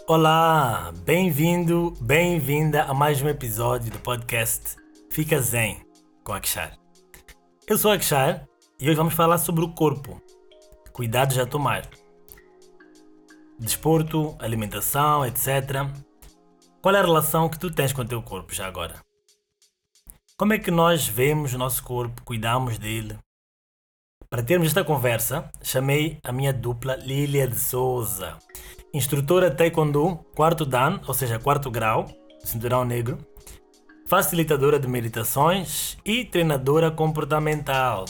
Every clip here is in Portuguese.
Olá, bem-vindo, bem-vinda a mais um episódio do podcast Fica Zen com Akshar. Eu sou Akshar e hoje vamos falar sobre o corpo, cuidados a tomar, desporto, alimentação, etc. Qual é a relação que tu tens com o teu corpo já agora? Como é que nós vemos o nosso corpo, cuidamos dele? Para termos esta conversa, chamei a minha dupla Lília de Souza, instrutora Taekwondo, quarto Dan, ou seja, quarto grau, cinturão negro, facilitadora de meditações e treinadora comportamental.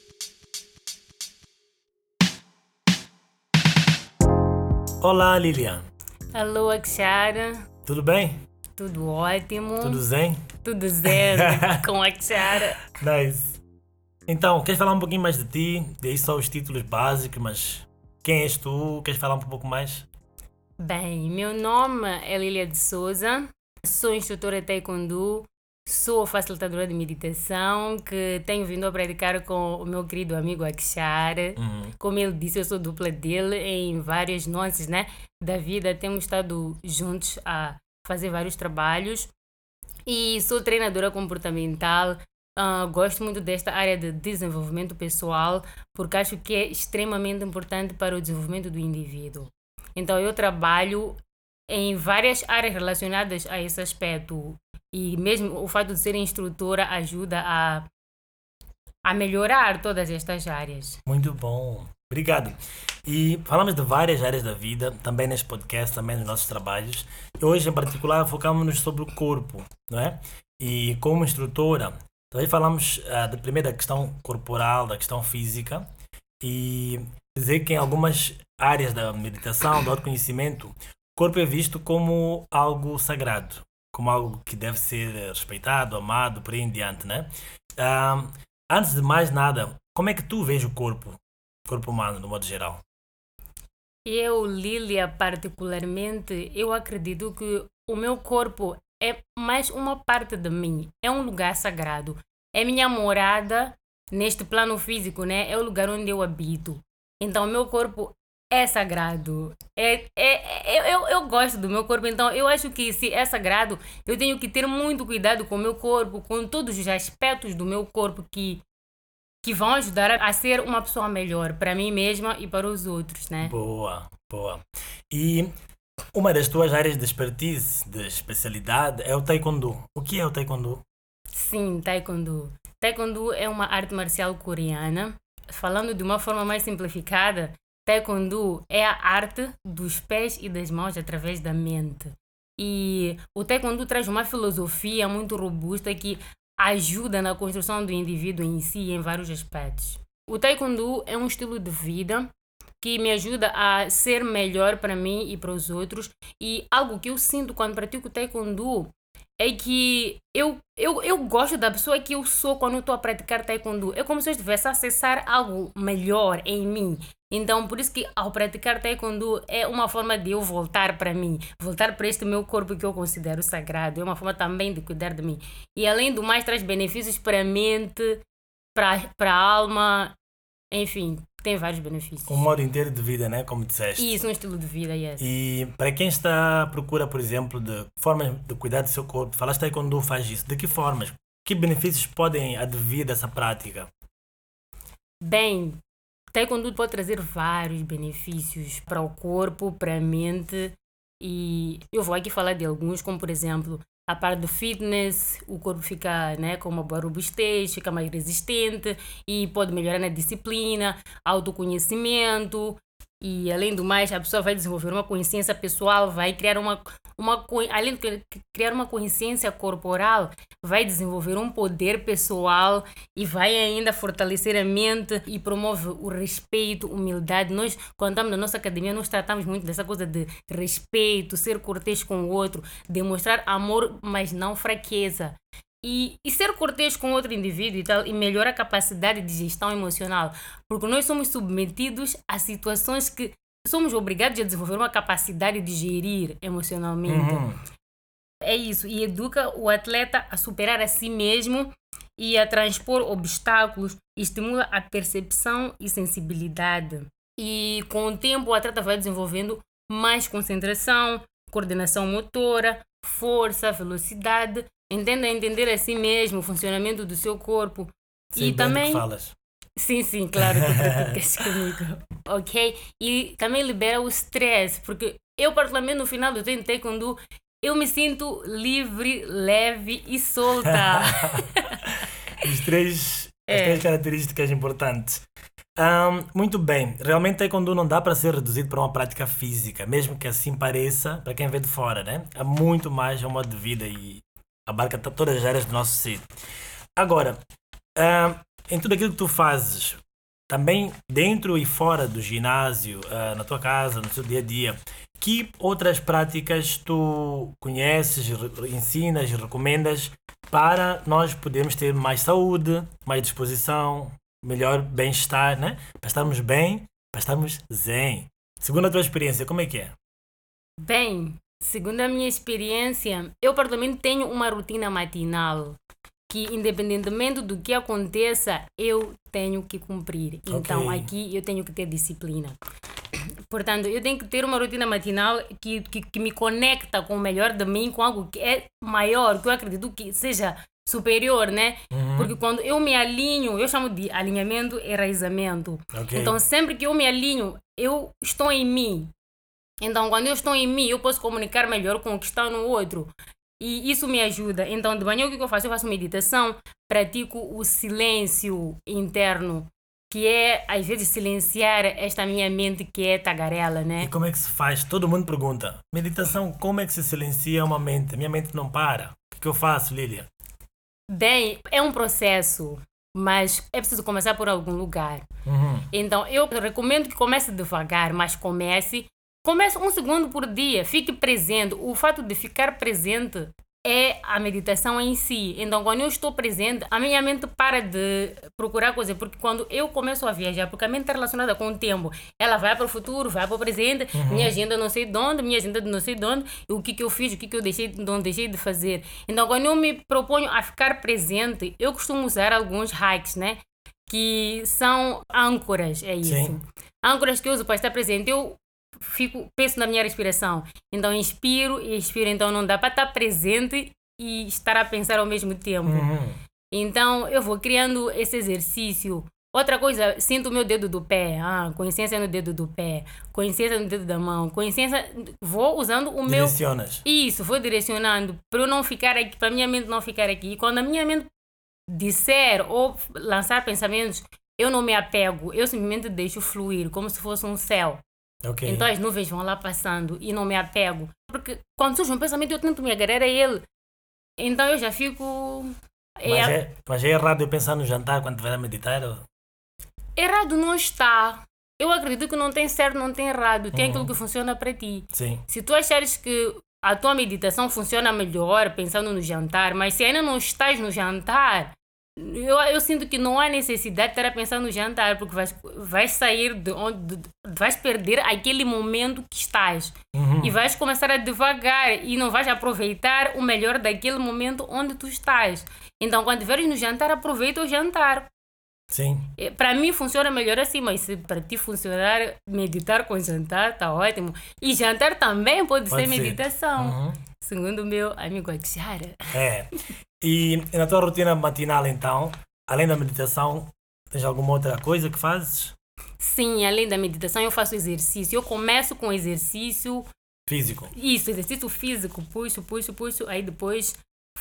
Olá, Lilian. Alô, Akshar. Tudo bem? Tudo ótimo. Tudo zen? Tudo zero com Akshar. Nice. Então, queres falar um pouquinho mais de ti? Dei só os títulos básicos, mas quem és tu? Queres falar um pouco mais? Bem, meu nome é Lília de Souza, sou instrutora de Taekwondo, sou facilitadora de meditação, que tenho vindo a praticar com o meu querido amigo Akshar. Como ele disse, eu sou dupla dele em várias nuances, da vida. Temos estado juntos a fazer vários trabalhos e sou treinadora comportamental. Gosto muito desta área de desenvolvimento pessoal porque acho que é extremamente importante para o desenvolvimento do indivíduo. Então eu trabalho em várias áreas relacionadas a esse aspecto e mesmo o fato de ser instrutora ajuda a melhorar todas estas áreas. Muito bom. Obrigado. E falamos de várias áreas da vida, também neste podcast, também nos nossos trabalhos. E hoje, em particular, focamos-nos sobre o corpo, não é? E como instrutora, também falamos da primeira questão corporal, da questão física, e dizer que em algumas áreas da meditação, do autoconhecimento, o corpo é visto como algo sagrado, como algo que deve ser respeitado, amado, por aí em diante, né? Antes de mais nada, como é que tu vês o corpo humano, no modo geral? Eu, Lília, particularmente, eu acredito que o meu corpo é mais uma parte de mim, é um lugar sagrado, é minha morada neste plano físico, é o lugar onde eu habito. Então, o meu corpo é sagrado. Eu gosto do meu corpo, então eu acho que se é sagrado, eu tenho que ter muito cuidado com o meu corpo, com todos os aspectos do meu corpo que vão ajudar a ser uma pessoa melhor para mim mesma e para os outros, Boa, boa. E uma das tuas áreas de expertise, de especialidade, é o Taekwondo. O que é o Taekwondo? Sim, Taekwondo. Taekwondo é uma arte marcial coreana. Falando de uma forma mais simplificada, Taekwondo é a arte dos pés e das mãos através da mente. E o Taekwondo traz uma filosofia muito robusta que ajuda na construção do indivíduo em si em vários aspectos. O Taekwondo é um estilo de vida que me ajuda a ser melhor para mim e para os outros. E algo que eu sinto quando pratico Taekwondo é que eu gosto da pessoa que eu sou quando eu estou a praticar Taekwondo. É como se eu estivesse a acessar algo melhor em mim. Então, por isso que ao praticar Taekwondo é uma forma de eu voltar para mim, voltar para este meu corpo que eu considero sagrado. É uma forma também de cuidar de mim. E além do mais, traz benefícios para a mente, para a alma, enfim, tem vários benefícios. Um modo inteiro de vida, né? Como disseste. Isso, um estilo de vida, yes. E para quem está à procura, por exemplo, de formas de cuidar do seu corpo, falaste Taekwondo faz isso. De que formas? Que benefícios podem advir dessa prática? Bem, Taekwondo pode trazer vários benefícios para o corpo, para a mente, e eu vou aqui falar de alguns, como por exemplo, a parte do fitness, o corpo fica com uma boa robustez, fica mais resistente e pode melhorar na disciplina, autoconhecimento. E além do mais, a pessoa vai desenvolver uma consciência pessoal, vai criar além de criar uma consciência corporal, vai desenvolver um poder pessoal e vai ainda fortalecer a mente e promove o respeito, humildade. Nós, quando estamos na nossa academia, nós tratamos muito dessa coisa de respeito, ser cortês com o outro, demonstrar amor, mas não fraqueza. E ser cortês com outro indivíduo e tal, e melhorar a capacidade de gestão emocional, porque nós somos submetidos a situações que somos obrigados a desenvolver uma capacidade de gerir emocionalmente. É isso, e educa o atleta a superar a si mesmo e a transpor obstáculos, estimula a percepção e sensibilidade. E com o tempo o atleta vai desenvolvendo mais concentração, coordenação motora, força, velocidade, entender a si mesmo, o funcionamento do seu corpo. Sei E bem do que também, falas. sim, claro, tu praticas comigo, ok? E também libera o stress, porque eu particularmente no final do treino de taekwondo, eu me sinto livre, leve e solta. As três características importantes. Muito bem. Realmente, taekwondo não dá para ser reduzido para uma prática física, mesmo que assim pareça para quem vê de fora, né? Há muito mais, é um modo de vida e abarca todas as áreas do nosso ser. Agora, em tudo aquilo que tu fazes, também dentro e fora do ginásio, na tua casa, no seu dia a dia, que outras práticas tu conheces, ensinas e recomendas para nós podermos ter mais saúde, mais disposição, melhor bem-estar, né? Para estarmos bem, para estarmos zen. Segundo a tua experiência, como é que é? Bem, segundo a minha experiência, eu particularmente tenho uma rotina matinal que, independentemente do que aconteça, eu tenho que cumprir. Então, Ok. aqui eu tenho que ter disciplina. Portanto, eu tenho que ter uma rotina matinal que me conecta com o melhor de mim, com algo que é maior, que eu acredito que seja superior, né? Porque quando eu me alinho, eu chamo de alinhamento e enraizamento. Ok. Então, sempre que eu me alinho, eu estou em mim. Então, quando eu estou em mim, eu posso comunicar melhor com o que está no outro. E isso me ajuda. Então, de manhã, o que eu faço? Eu faço meditação, pratico o silêncio interno, que é, às vezes, silenciar esta minha mente que é tagarela, E né? como é que se faz? Todo mundo pergunta. Meditação, como é que se silencia uma mente? Minha mente não para. O que eu faço, Lília? Bem, é um processo, mas é preciso começar por algum lugar. Então, eu recomendo que comece devagar, mas comece 1 segundo por dia, fique presente. O fato de ficar presente é a meditação em si. Então, quando eu estou presente, a minha mente para de procurar coisas, porque quando eu começo a viajar, porque a mente está relacionada com o tempo, ela vai para o futuro, vai para o presente, minha agenda não sei de onde, minha agenda de não sei de onde, e o que eu fiz, o que eu não deixei de fazer. Então, quando eu me proponho a ficar presente, eu costumo usar alguns hacks, né? Que são âncoras, é isso. Sim. Âncoras que eu uso para estar presente. Eu penso na minha respiração. Então, inspiro e expiro. Então, não dá para estar presente e estar a pensar ao mesmo tempo. Então, eu vou criando esse exercício. Outra coisa, sinto o meu dedo do pé. Consciência no dedo do pé. Consciência no dedo da mão. Consciência... Vou usando o meu... Direcionas. Isso, vou direcionando para eu não ficar aqui, para a minha mente não ficar aqui. E quando a minha mente disser ou lançar pensamentos, eu não me apego. Eu simplesmente deixo fluir, como se fosse um céu. Ok. Então as nuvens vão lá passando e não me apego. Porque quando surge um pensamento, eu tento me agarrar a ele. Então eu já fico... Mas é errado eu pensar no jantar quando estiver a meditar? Errado não está. Eu acredito que não tem certo, não tem errado. Tem aquilo que funciona para ti. Sim. Se tu achares que a tua meditação funciona melhor pensando no jantar, mas se ainda não estás no jantar, eu sinto que não há necessidade de estar a pensar no jantar, porque vais sair de onde... Vais perder aquele momento que estás. E vais começar a devagar e não vais aproveitar o melhor daquele momento onde tu estás. Então, quando estiveres no jantar, aproveita o jantar. Sim. Para mim funciona melhor assim, mas se para ti funcionar, meditar com jantar, tá ótimo. E jantar também pode ser meditação. Segundo o meu amigo Akshara. É. E na tua rotina matinal, então, além da meditação, tens alguma outra coisa que fazes? Sim, além da meditação, eu faço exercício. Eu começo com exercício. Físico. Isso, exercício físico. Puxo. Aí depois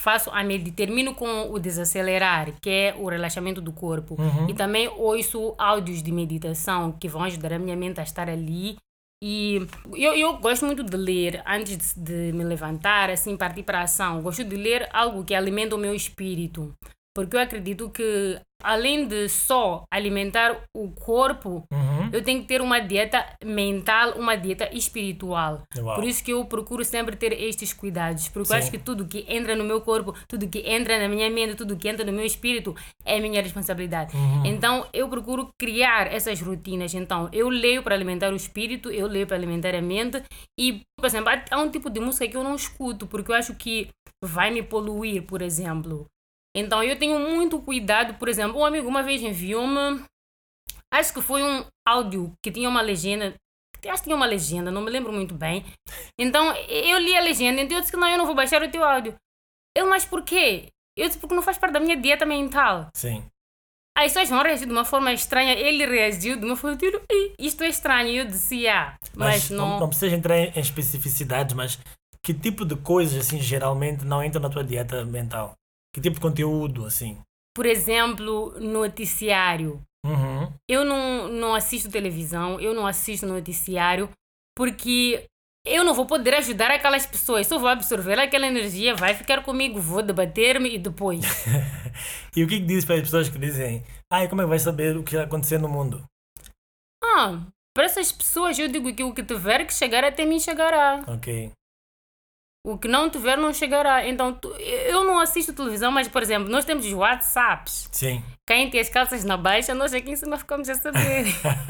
termino com o desacelerar, que é o relaxamento do corpo. E também ouço áudios de meditação que vão ajudar a minha mente a estar ali. E eu gosto muito de ler antes de me levantar, assim, partir para a ação. Gosto de ler algo que alimenta o meu espírito. Porque eu acredito que, além de só alimentar o corpo, eu tenho que ter uma dieta mental, uma dieta espiritual. Uau. Por isso que eu procuro sempre ter estes cuidados. Porque Sim. eu acho que tudo que entra no meu corpo, tudo que entra na minha mente, tudo que entra no meu espírito é minha responsabilidade. Então, eu procuro criar essas rotinas. Então, eu leio para alimentar o espírito, eu leio para alimentar a mente. E, por exemplo, há um tipo de música que eu não escuto, porque eu acho que vai me poluir, por exemplo. Então, eu tenho muito cuidado. Por exemplo, um amigo uma vez enviou-me, acho que foi um áudio que tinha uma legenda acho que tinha uma legenda, não me lembro muito bem. Então, eu li a legenda, então eu disse que não, eu não vou baixar o teu áudio. Ele, mas por quê? Eu disse, porque não faz parte da minha dieta mental. Sim. As pessoas vão reagir de uma forma estranha. Ele reagiu de uma forma, isto é estranho. Eu disse, mas não... Não precisa entrar em especificidades, mas que tipo de coisas, assim, geralmente não entram na tua dieta mental? Que tipo de conteúdo, assim? Por exemplo, noticiário. Uhum. Eu não assisto televisão, eu não assisto noticiário, porque eu não vou poder ajudar aquelas pessoas. Só vou absorver aquela energia, vai ficar comigo, vou debater-me e depois. E o que diz para as pessoas que dizem, como é que vai saber o que vai acontecer no mundo? Para essas pessoas eu digo que o que tiver que chegar até mim chegará. Ok. O que não tiver não chegará. Então, eu não assisto televisão, mas, por exemplo, nós temos os WhatsApps. Sim. Quem tem as calças na baixa, nós aqui em cima ficamos a saber.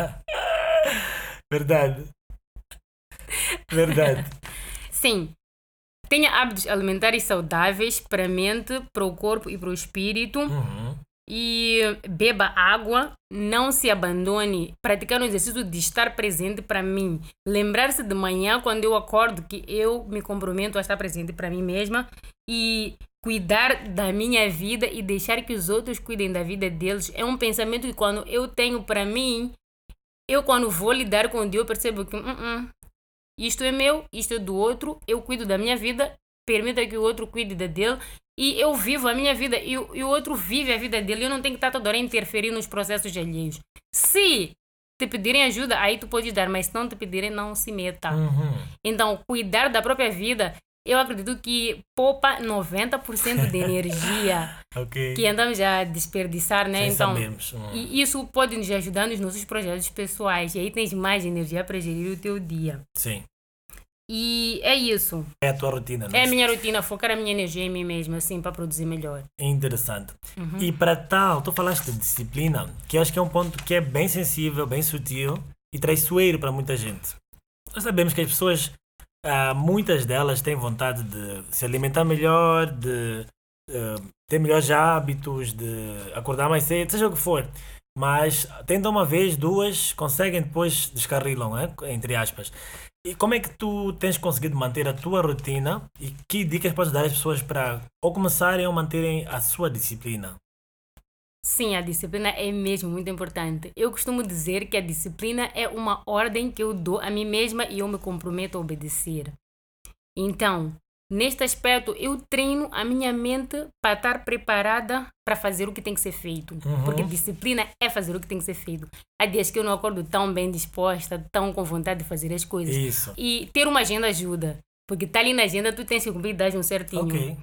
Verdade. Verdade. Sim. Tenha hábitos alimentares saudáveis para a mente, para o corpo e para o espírito. Uhum. E beba água, não se abandone, praticar um exercício de estar presente para mim. Lembrar-se de manhã, quando eu acordo, que eu me comprometo a estar presente para mim mesma e cuidar da minha vida e deixar que os outros cuidem da vida deles. É um pensamento que quando eu tenho para mim, eu quando vou lidar com Deus, percebo que isto é meu, isto é do outro, eu cuido da minha vida, permita que o outro cuide da dele. E eu vivo a minha vida e o outro vive a vida dele. Eu não tenho que estar toda hora a interferir nos processos alheios. Se te pedirem ajuda, aí tu podes dar. Mas se não te pedirem, não se meta. Uhum. Então, cuidar da própria vida, eu acredito que poupa 90% de energia Okay. que andamos a desperdiçar, né? Sem Então, sabermos. e isso pode nos ajudar nos nossos projetos pessoais. E aí tens mais energia para gerir o teu dia. Sim. E é isso. É a tua rotina, não é? É a minha rotina, focar a minha energia em mim mesma, assim, para produzir melhor. Interessante. E para tal, tu falaste de disciplina, que eu acho que é um ponto que é bem sensível, bem sutil e traiçoeiro para muita gente. Nós sabemos que as pessoas, muitas delas têm vontade de se alimentar melhor, de ter melhores hábitos, de acordar mais cedo, seja o que for. Mas tentam uma vez, duas, conseguem, depois descarrilam, né? Entre aspas. E como é que tu tens conseguido manter a tua rotina e que dicas podes dar às pessoas para ou começarem ou manterem a sua disciplina? Sim, a disciplina é mesmo muito importante. Eu costumo dizer que a disciplina é uma ordem que eu dou a mim mesma e eu me comprometo a obedecer. Então, neste aspecto, eu treino a minha mente para estar preparada para fazer o que tem que ser feito. Porque disciplina é fazer o que tem que ser feito. Há dias que eu não acordo tão bem disposta, tão com vontade de fazer as coisas. Isso. E ter uma agenda ajuda. Porque tá ali na agenda, tu tens que cumprir um certinho. Ok.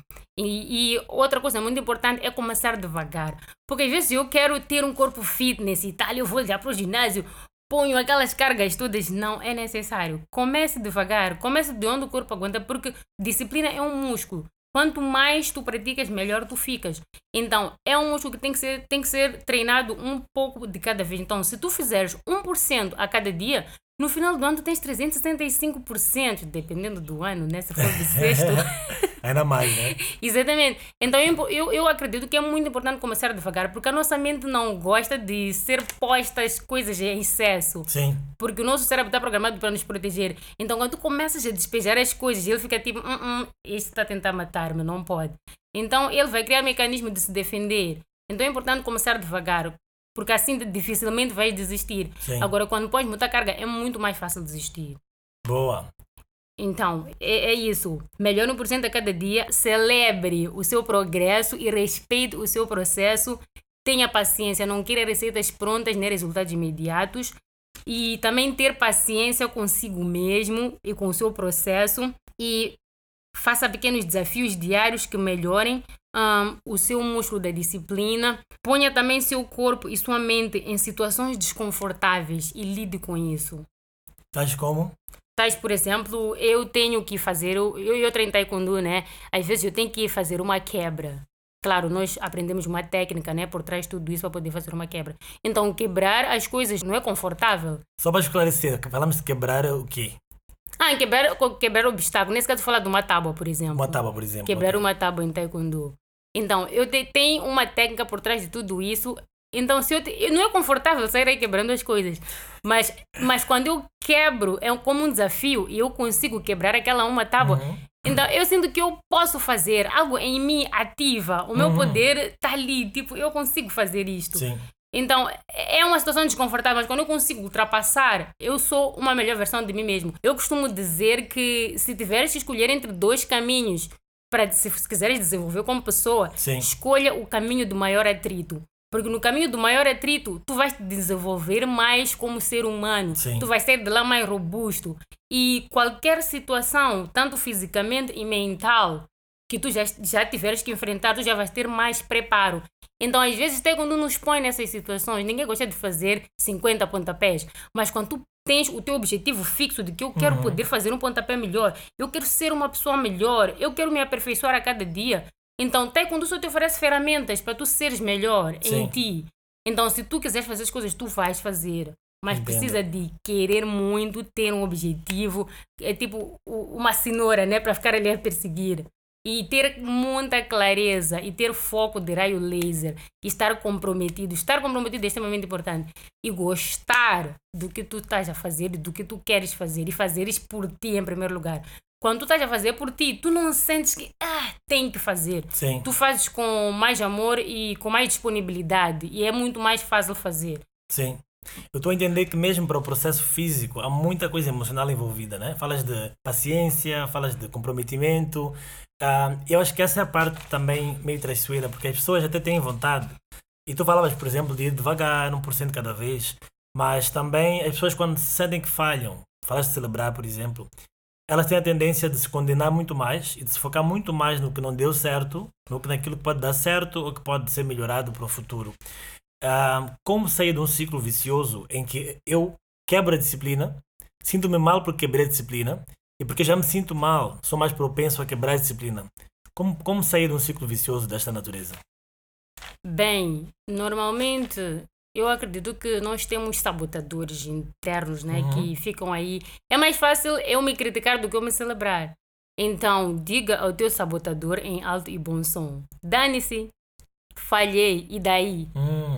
E outra coisa muito importante é começar devagar. Porque às vezes eu quero ter um corpo fitness e tal, eu vou já para o ginásio, ponho aquelas cargas todas. Não é necessário. Comece devagar, comece de onde o corpo aguenta, porque disciplina é um músculo. Quanto mais tu praticas, melhor tu ficas. Então, é um músculo que tem que ser treinado um pouco de cada vez. Então, se tu fizeres 1% a cada dia, no final do ano tu tens 365%, dependendo do ano, né? Se for bissexto. Ainda mais, né? Exatamente. Então, eu acredito que é muito importante começar devagar, porque a nossa mente não gosta de ser postas coisas em excesso. Sim. Porque o nosso cérebro está programado para nos proteger. Então, quando tu começas a despejar as coisas, ele fica tipo, este está a tentar matar-me, não pode. Então, ele vai criar mecanismo de se defender. Então, é importante começar devagar, porque assim dificilmente vais desistir. Sim. Agora, quando pões muita carga, é muito mais fácil desistir. Boa. Então, é isso. Melhore 1% a cada dia, celebre o seu progresso e respeite o seu processo. Tenha paciência, não queira receitas prontas nem resultados imediatos. E também ter paciência consigo mesmo e com o seu processo. E faça pequenos desafios diários que melhorem o seu músculo da disciplina. Ponha também seu corpo e sua mente em situações desconfortáveis e lide com isso. Tais como? Tais, por exemplo, eu tenho que fazer, eu treino taekwondo, né? Às vezes eu tenho que fazer uma quebra. Claro, nós aprendemos uma técnica, né? Por trás de tudo isso para poder fazer uma quebra. Então, quebrar as coisas não é confortável. Só para esclarecer, falamos de quebrar o quê? Quebrar obstáculo. Nesse caso, falar de uma tábua, por exemplo. Uma tábua, por exemplo. Quebrar okay. uma tábua em taekwondo. Então, eu tenho uma técnica por trás de tudo isso. Então, se não é confortável sair aí quebrando as coisas. Mas quando eu quebro, é como um desafio e eu consigo quebrar aquela uma tábua. Então, eu sinto que eu posso fazer algo em mim ativa. O meu poder está ali. Tipo, eu consigo fazer isto. Sim. Então, é uma situação desconfortável, mas quando eu consigo ultrapassar, eu sou uma melhor versão de mim mesmo. Eu costumo dizer que se tiveres que escolher entre dois caminhos, se quiseres desenvolver como pessoa, Sim. escolha o caminho do maior atrito. Porque no caminho do maior atrito, tu vais te desenvolver mais como ser humano. Sim. Tu vais ser de lá mais robusto. E qualquer situação, tanto fisicamente e mental, que tu já tiveres que enfrentar, tu já vais ter mais preparo. Então, às vezes, até quando nos põe nessas situações, ninguém gosta de fazer 50 pontapés. Mas quando tu tens o teu objetivo fixo de que eu quero poder fazer um pontapé melhor, eu quero ser uma pessoa melhor, eu quero me aperfeiçoar a cada dia. Então, taekwondo só te oferece ferramentas para tu seres melhor em ti. Então, se tu quiseres fazer as coisas, tu vais fazer. Mas precisa de querer muito, ter um objetivo. É tipo uma cenoura, né? Para ficar ali a perseguir. E ter muita clareza e ter foco de raio laser. E estar comprometido. Estar comprometido é extremamente importante. E gostar do que tu estás a fazer, do que tu queres fazer. E fazeres por ti em primeiro lugar. Quando tu estás a fazer por ti, tu não sentes que tem que fazer. Sim. Tu fazes com mais amor e com mais disponibilidade. E é muito mais fácil fazer. Sim. Eu estou a entender que mesmo para o processo físico há muita coisa emocional envolvida, né? Falas de paciência, falas de comprometimento. Eu acho que essa é a parte também meio traiçoeira, porque as pessoas até têm vontade. E tu falavas, por exemplo, de ir devagar, 1% cada vez. Mas também as pessoas quando sentem que falham, falas de celebrar, por exemplo, elas têm a tendência de se condenar muito mais e de se focar muito mais no que não deu certo, no que naquilo que pode dar certo ou que pode ser melhorado para o futuro. Como sair de um ciclo vicioso em que eu quebro a disciplina, sinto-me mal porque quebrei a disciplina e porque já me sinto mal, sou mais propenso a quebrar a disciplina. Como sair de um ciclo vicioso desta natureza? Bem, normalmente eu acredito que nós temos sabotadores internos, né, que ficam aí. É mais fácil eu me criticar do que eu me celebrar. Então, diga ao teu sabotador em alto e bom som: dane-se, falhei, e daí?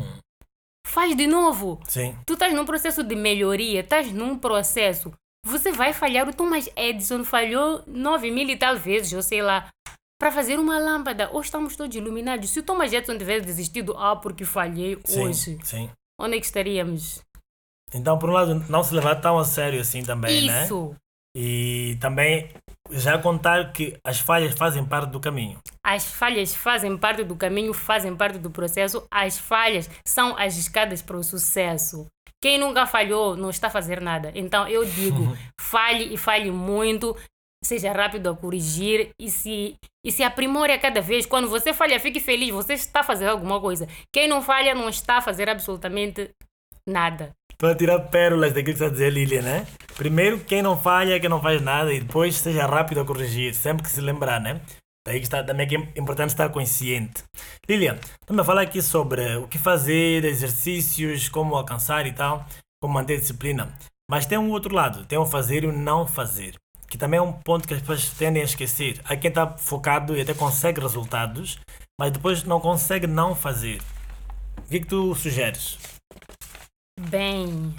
Faz de novo. Sim. Tu estás num processo de melhoria, estás num processo. Você vai falhar. O Thomas Edison falhou 9.000 e tal vezes, eu sei lá, para fazer uma lâmpada. Hoje estamos todos iluminados. Se o Thomas Edison tivesse desistido, porque falhei hoje, sim. onde é que estaríamos? Então, por um lado, não se levar tão a sério assim também, né? Isso. E também já contar que as falhas fazem parte do caminho. As falhas fazem parte do caminho, fazem parte do processo. As falhas são as escadas para o sucesso. Quem nunca falhou não está a fazer nada. Então eu digo, falhe e falhe muito, seja rápido a corrigir e se aprimore a cada vez. Quando você falha, fique feliz, você está a fazer alguma coisa. Quem não falha não está a fazer absolutamente nada. Para tirar pérolas daquilo que está a dizer, Lília, né? Primeiro, quem não falha, quem não faz nada, e depois seja rápido a corrigir, sempre que se lembrar, né? Daí que está, também é importante estar consciente. Lília, estamos a falar aqui sobre o que fazer, exercícios, como alcançar e tal, como manter a disciplina. Mas tem um outro lado, tem o fazer e o não fazer, que também é um ponto que as pessoas tendem a esquecer. Há quem está focado e até consegue resultados, mas depois não consegue não fazer. O que tu sugeres? Bem,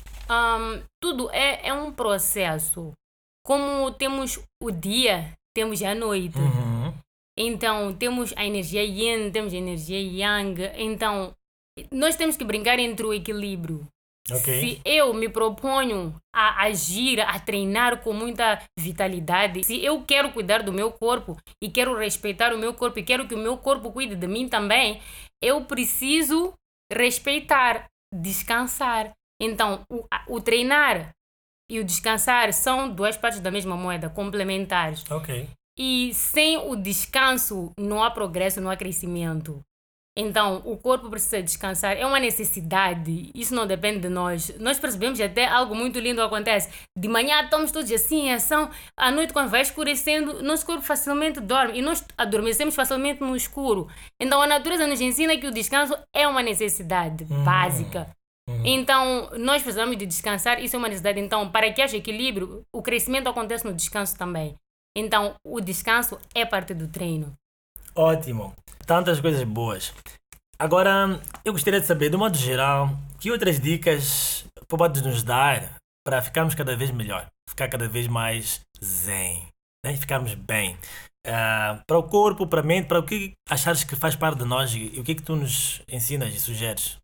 tudo é um processo. Como temos o dia, temos a noite. Então, temos a energia yin, temos a energia yang. Então, nós temos que brincar entre o equilíbrio. Okay. Se eu me proponho a agir, a treinar com muita vitalidade, se eu quero cuidar do meu corpo e quero respeitar o meu corpo e quero que o meu corpo cuide de mim também, eu preciso respeitar, descansar. Então, o treinar e o descansar são duas partes da mesma moeda, complementares. Ok. E sem o descanso não há progresso, não há crescimento. Então, o corpo precisa descansar, é uma necessidade, isso não depende de nós. Nós percebemos até algo muito lindo acontece. De manhã estamos todos assim em ação, à noite quando vai escurecendo, nosso corpo facilmente dorme e nós adormecemos facilmente no escuro. Então, a natureza nos ensina que o descanso é uma necessidade básica. Então, nós precisamos de descansar, isso é uma necessidade. Então, para que haja equilíbrio, o crescimento acontece no descanso também. Então, o descanso é parte do treino. Ótimo. Tantas coisas boas. Agora, eu gostaria de saber, de modo geral, que outras dicas podes nos dar para ficarmos cada vez melhor, ficar cada vez mais zen, né? Ficarmos bem. Para o corpo, para a mente, para o que achares que faz parte de nós e o que é que tu nos ensinas e sugeres?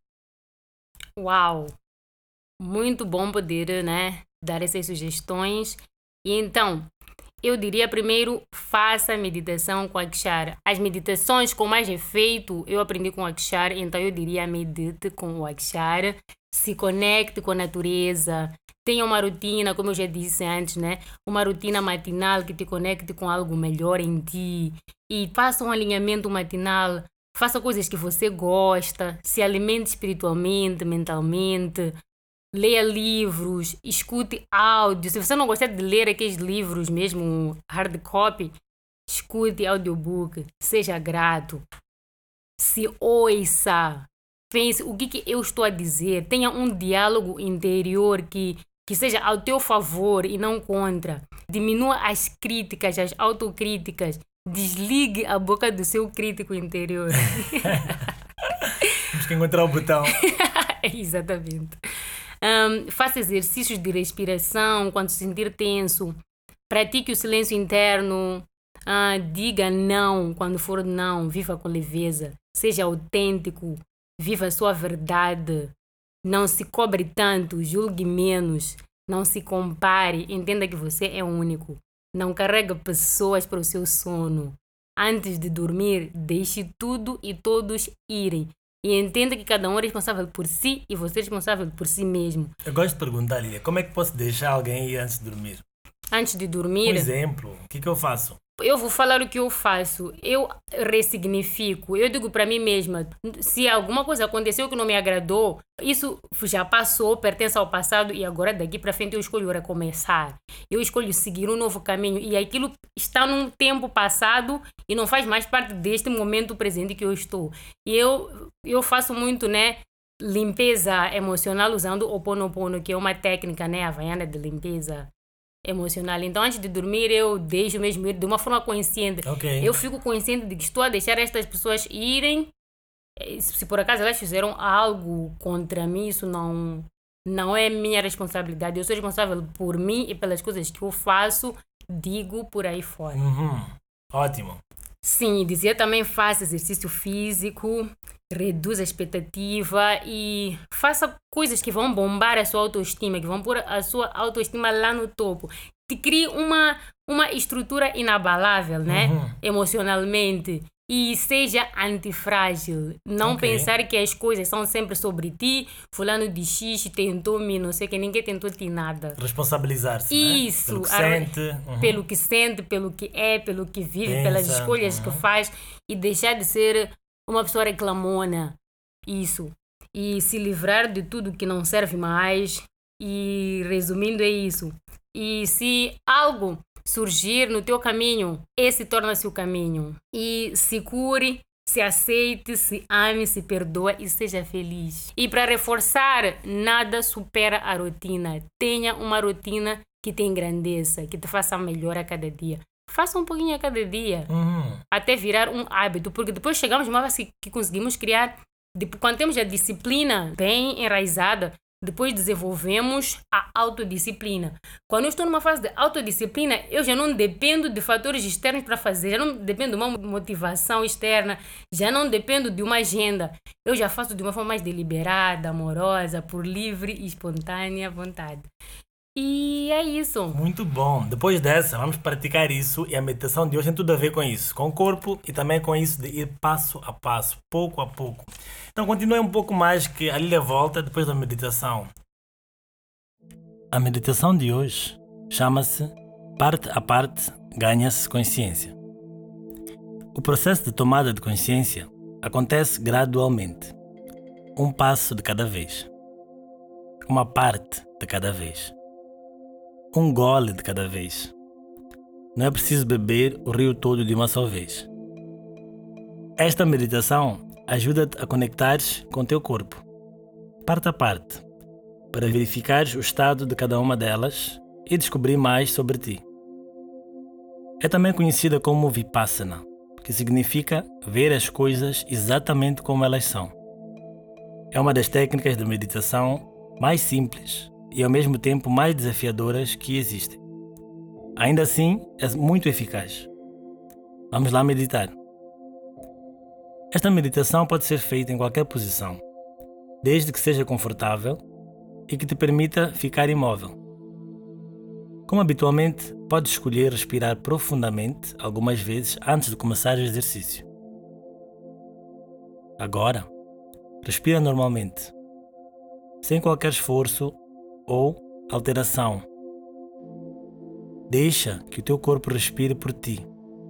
Uau! Muito bom poder, né, dar essas sugestões. E então, eu diria primeiro, faça meditação com a Akshara. As meditações com mais efeito, eu aprendi com o Akshara, então eu diria medite com o Akshara. Se conecte com a natureza. Tenha uma rotina, como eu já disse antes, né? Uma rotina matinal que te conecte com algo melhor em ti. E faça um alinhamento matinal. Faça coisas que você gosta. Se alimente espiritualmente, mentalmente. Leia livros, escute áudio. Se você não gostar de ler aqueles livros mesmo, hard copy, escute audiobook. Seja grato. Se ouça. Pense o que eu estou a dizer. Tenha um diálogo interior que seja ao teu favor e não contra. Diminua as críticas, as autocríticas. Desligue a boca do seu crítico interior. Temos que encontrar o botão. Exatamente. Faça exercícios de respiração quando se sentir tenso. Pratique o silêncio interno. Diga não quando for não. Viva com leveza. Seja autêntico. Viva a sua verdade. Não se cobre tanto. Julgue menos. Não se compare. Entenda que você é único. Não carregue pessoas para o seu sono. Antes de dormir, deixe tudo e todos irem. E entenda que cada um é responsável por si e você é responsável por si mesmo. Eu gosto de perguntar, Lília, como é que posso deixar alguém ir antes de dormir? Antes de Por dormir, exemplo, o que eu faço? eu vou falar o que eu faço. Eu ressignifico. Eu digo para mim mesma, se alguma coisa aconteceu que não me agradou, isso já passou, pertence ao passado e agora daqui para frente eu escolho recomeçar. Eu escolho seguir um novo caminho e aquilo está num tempo passado e não faz mais parte deste momento presente que eu estou. E eu faço muito, né, limpeza emocional usando o Ho'oponopono, que é uma técnica, né, havaiana de limpeza emocional. Então, antes de dormir, eu deixo mesmo ir de uma forma consciente. Ok. Eu fico consciente de que estou a deixar estas pessoas irem. Se por acaso elas fizeram algo contra mim, isso não é minha responsabilidade. Eu sou responsável por mim e pelas coisas que eu faço, digo por aí fora. Ótimo. Sim, dizia também faça exercício físico, reduz a expectativa e faça coisas que vão bombar a sua autoestima, que vão pôr a sua autoestima lá no topo. Te crie uma estrutura inabalável, né? Emocionalmente. E seja antifrágil. Não Ok. pensar que as coisas são sempre sobre ti. Fulano de X tentou-me, não sei o que, ninguém tentou-te nada. Responsabilizar-se, Isso, né? Pelo que sente. pelo que sente, pelo que é, pelo que vive, pelas Pensa, escolhas que faz e deixar de ser uma pessoa reclamona. Isso. E se livrar de tudo que não serve mais. E resumindo, é isso. E se algo surgir no teu caminho, esse torna-se o caminho. E se cure, se aceite, se ame, se perdoa e seja feliz. E para reforçar, nada supera a rotina. Tenha uma rotina que te engrandeça, que te faça melhor a cada dia. Faça um pouquinho a cada dia, até virar um hábito, porque depois chegamos a uma fase que conseguimos criar, quando temos a disciplina bem enraizada, depois desenvolvemos a autodisciplina. Quando eu estou numa fase de autodisciplina, eu já não dependo de fatores externos para fazer, já não dependo de uma motivação externa, já não dependo de uma agenda. Eu já faço de uma forma mais deliberada, amorosa, por livre e espontânea vontade. E é isso. Muito bom. Depois dessa, vamos praticar isso e a meditação de hoje tem tudo a ver com isso, com o corpo e também com isso de ir passo a passo, pouco a pouco. Então continue um pouco mais que a Lília volta depois da meditação. A meditação de hoje chama-se Parte a Parte Ganha-se Consciência. O processo de tomada de consciência acontece gradualmente, um passo de cada vez, uma parte de cada vez. Um gole de cada vez. Não é preciso beber o rio todo de uma só vez. Esta meditação ajuda-te a conectares com teu corpo, parte a parte, para verificares o estado de cada uma delas e descobrir mais sobre ti. É também conhecida como Vipassana, que significa ver as coisas exatamente como elas são. É uma das técnicas de meditação mais simples e ao mesmo tempo mais desafiadoras que existem. Ainda assim, é muito eficaz. Vamos lá meditar. Esta meditação pode ser feita em qualquer posição, desde que seja confortável e que te permita ficar imóvel. Como habitualmente, podes escolher respirar profundamente algumas vezes antes de começar o exercício. Agora, respira normalmente, sem qualquer esforço ou alteração. Deixa que o teu corpo respire por ti.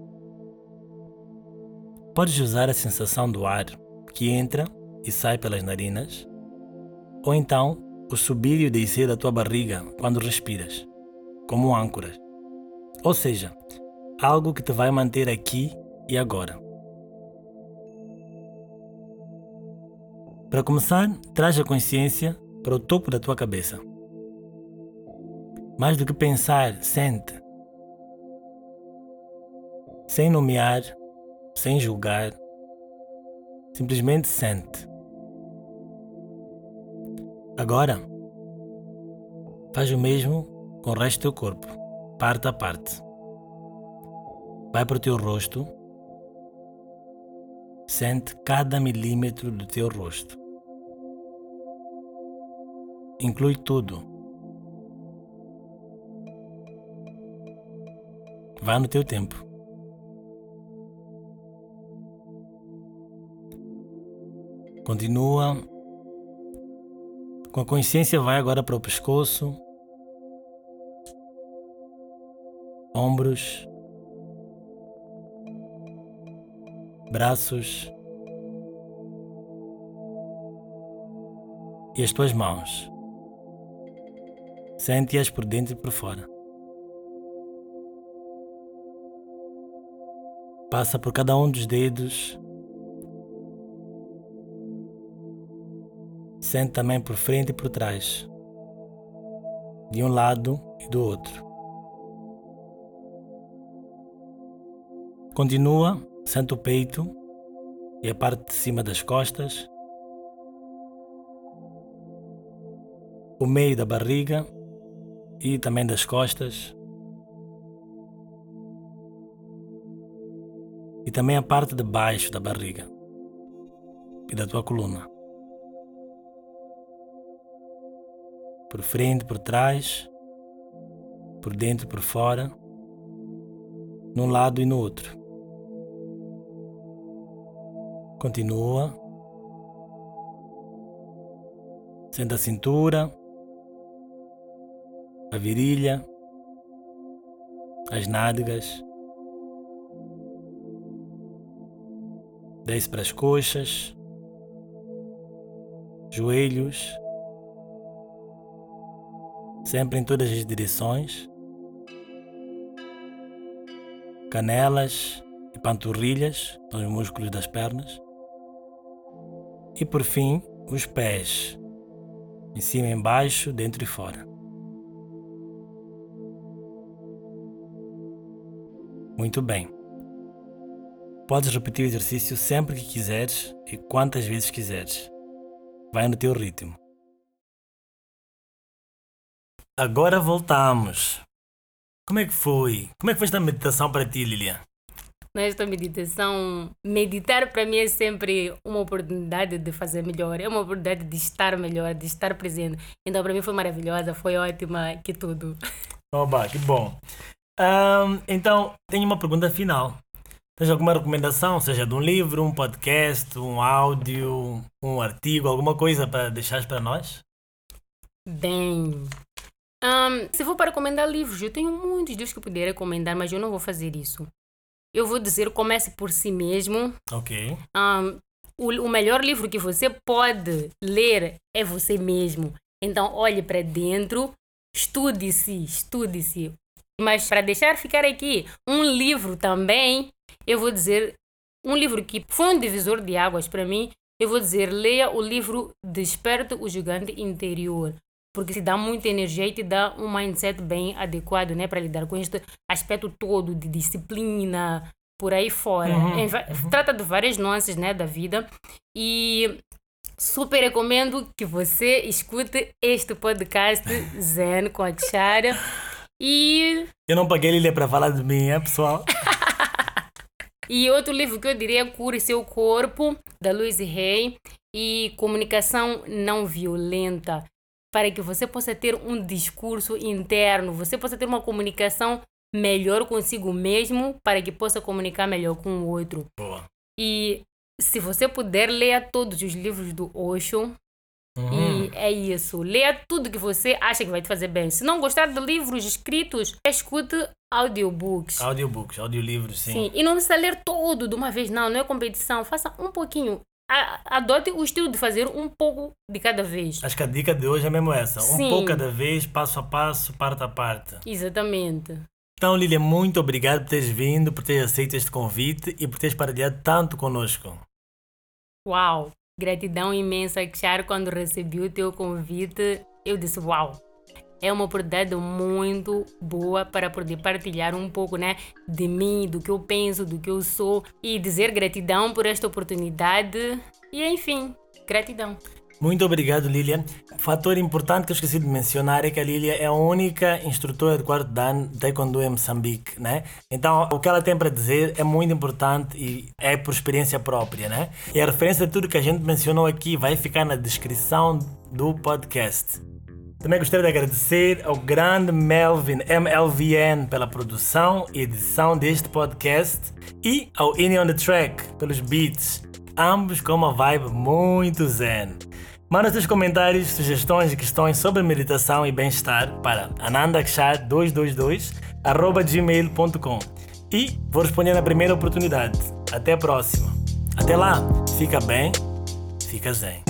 Podes usar a sensação do ar que entra e sai pelas narinas, ou então o subir e o descer da tua barriga quando respiras, como âncoras. Ou seja, algo que te vai manter aqui e agora. Para começar, traz a consciência para o topo da tua cabeça. Mais do que pensar, sente. Sem nomear, sem julgar, simplesmente sente. Agora, faz o mesmo com o resto do teu corpo, parte a parte. Vai para o teu rosto, sente cada milímetro do teu rosto. Inclui tudo. Vá no teu tempo. Continua. Com a consciência vai agora para o pescoço, ombros, braços e as tuas mãos. Sente-as por dentro e por fora. Passa por cada um dos dedos. Sente também por frente e por trás, de um lado e do outro. Continua, sente o peito e a parte de cima das costas, o meio da barriga e também das costas, e também a parte de baixo da barriga e da tua coluna. Por frente, por trás, por dentro, por fora, num lado e no outro. Continua. Sente a cintura, a virilha, as nádegas. Desce para as coxas, joelhos, sempre em todas as direções, canelas e panturrilhas, os músculos das pernas, e por fim os pés, em cima e embaixo, dentro e fora. Muito bem. Podes repetir o exercício sempre que quiseres e quantas vezes quiseres. Vai no teu ritmo. Agora voltamos. Como é que foi? Como é que foi esta meditação para ti, Lilian? Nesta meditação, meditar para mim é sempre uma oportunidade de fazer melhor, é uma oportunidade de estar melhor, de estar presente. Então para mim foi maravilhosa, foi ótima, que tudo. Oba, que bom. Então, tenho uma pergunta final. Tens alguma recomendação, seja de um livro, um podcast, um áudio, um artigo, alguma coisa para deixares para nós? Bem, se for para recomendar livros, eu tenho muitos dos que eu poderia recomendar, mas eu não vou fazer isso. Eu vou dizer, comece por si mesmo. Ok. O melhor livro que você pode ler é você mesmo. Então, olhe para dentro, estude-se. Mas para deixar ficar aqui um livro também, eu vou dizer, um livro que foi um divisor de águas para mim, eu vou dizer, leia o livro Desperte o Gigante Interior. Porque te dá muita energia e te dá um mindset bem adequado, né, para lidar com este aspecto todo de disciplina, por aí fora. Trata de várias nuances, né, da vida. E super recomendo que você escute este podcast Zen com a Kshara. E eu não paguei Lília para falar de mim, pessoal? E outro livro que eu diria é Cure Seu Corpo, da Louise Hay, e Comunicação Não Violenta, para que você possa ter um discurso interno, você possa ter uma comunicação melhor consigo mesmo, para que possa comunicar melhor com o outro. Boa. E se você puder, leia todos os livros do Osho. E é isso. Leia tudo que você acha que vai te fazer bem. Se não gostar de livros escritos, escute audiobooks. Audiolivros, sim. Sim. E não precisa ler todo de uma vez, não é competição. Faça um pouquinho. Adote o estilo de fazer um pouco de cada vez. Acho que a dica de hoje é mesmo essa. Sim. Um pouco cada vez, passo a passo, parte a parte. Exatamente. Então, Lília, muito obrigado por teres vindo, por teres aceito este convite e por teres partilhado tanto conosco. Uau! Gratidão imensa, Kshara, quando recebi o teu convite. Eu disse, uau! É uma oportunidade muito boa para poder partilhar um pouco, né, de mim, do que eu penso, do que eu sou e dizer gratidão por esta oportunidade. E, enfim, gratidão. Muito obrigado, Lília. Um fator importante que eu esqueci de mencionar é que a Lília é a única instrutora de quarto dan de Taekwondo em Moçambique, né? Então, o que ela tem para dizer é muito importante e é por experiência própria, né? E a referência de tudo que a gente mencionou aqui vai ficar na descrição do podcast. Também gostaria de agradecer ao grande Melvin, MLVN, pela produção e edição deste podcast e ao Ini on the Track pelos beats, ambos com uma vibe muito zen. Manda os teus comentários, sugestões e questões sobre meditação e bem-estar para anandakshar222@gmail.com e vou responder na primeira oportunidade. Até a próxima. Até lá, fica bem, fica zen.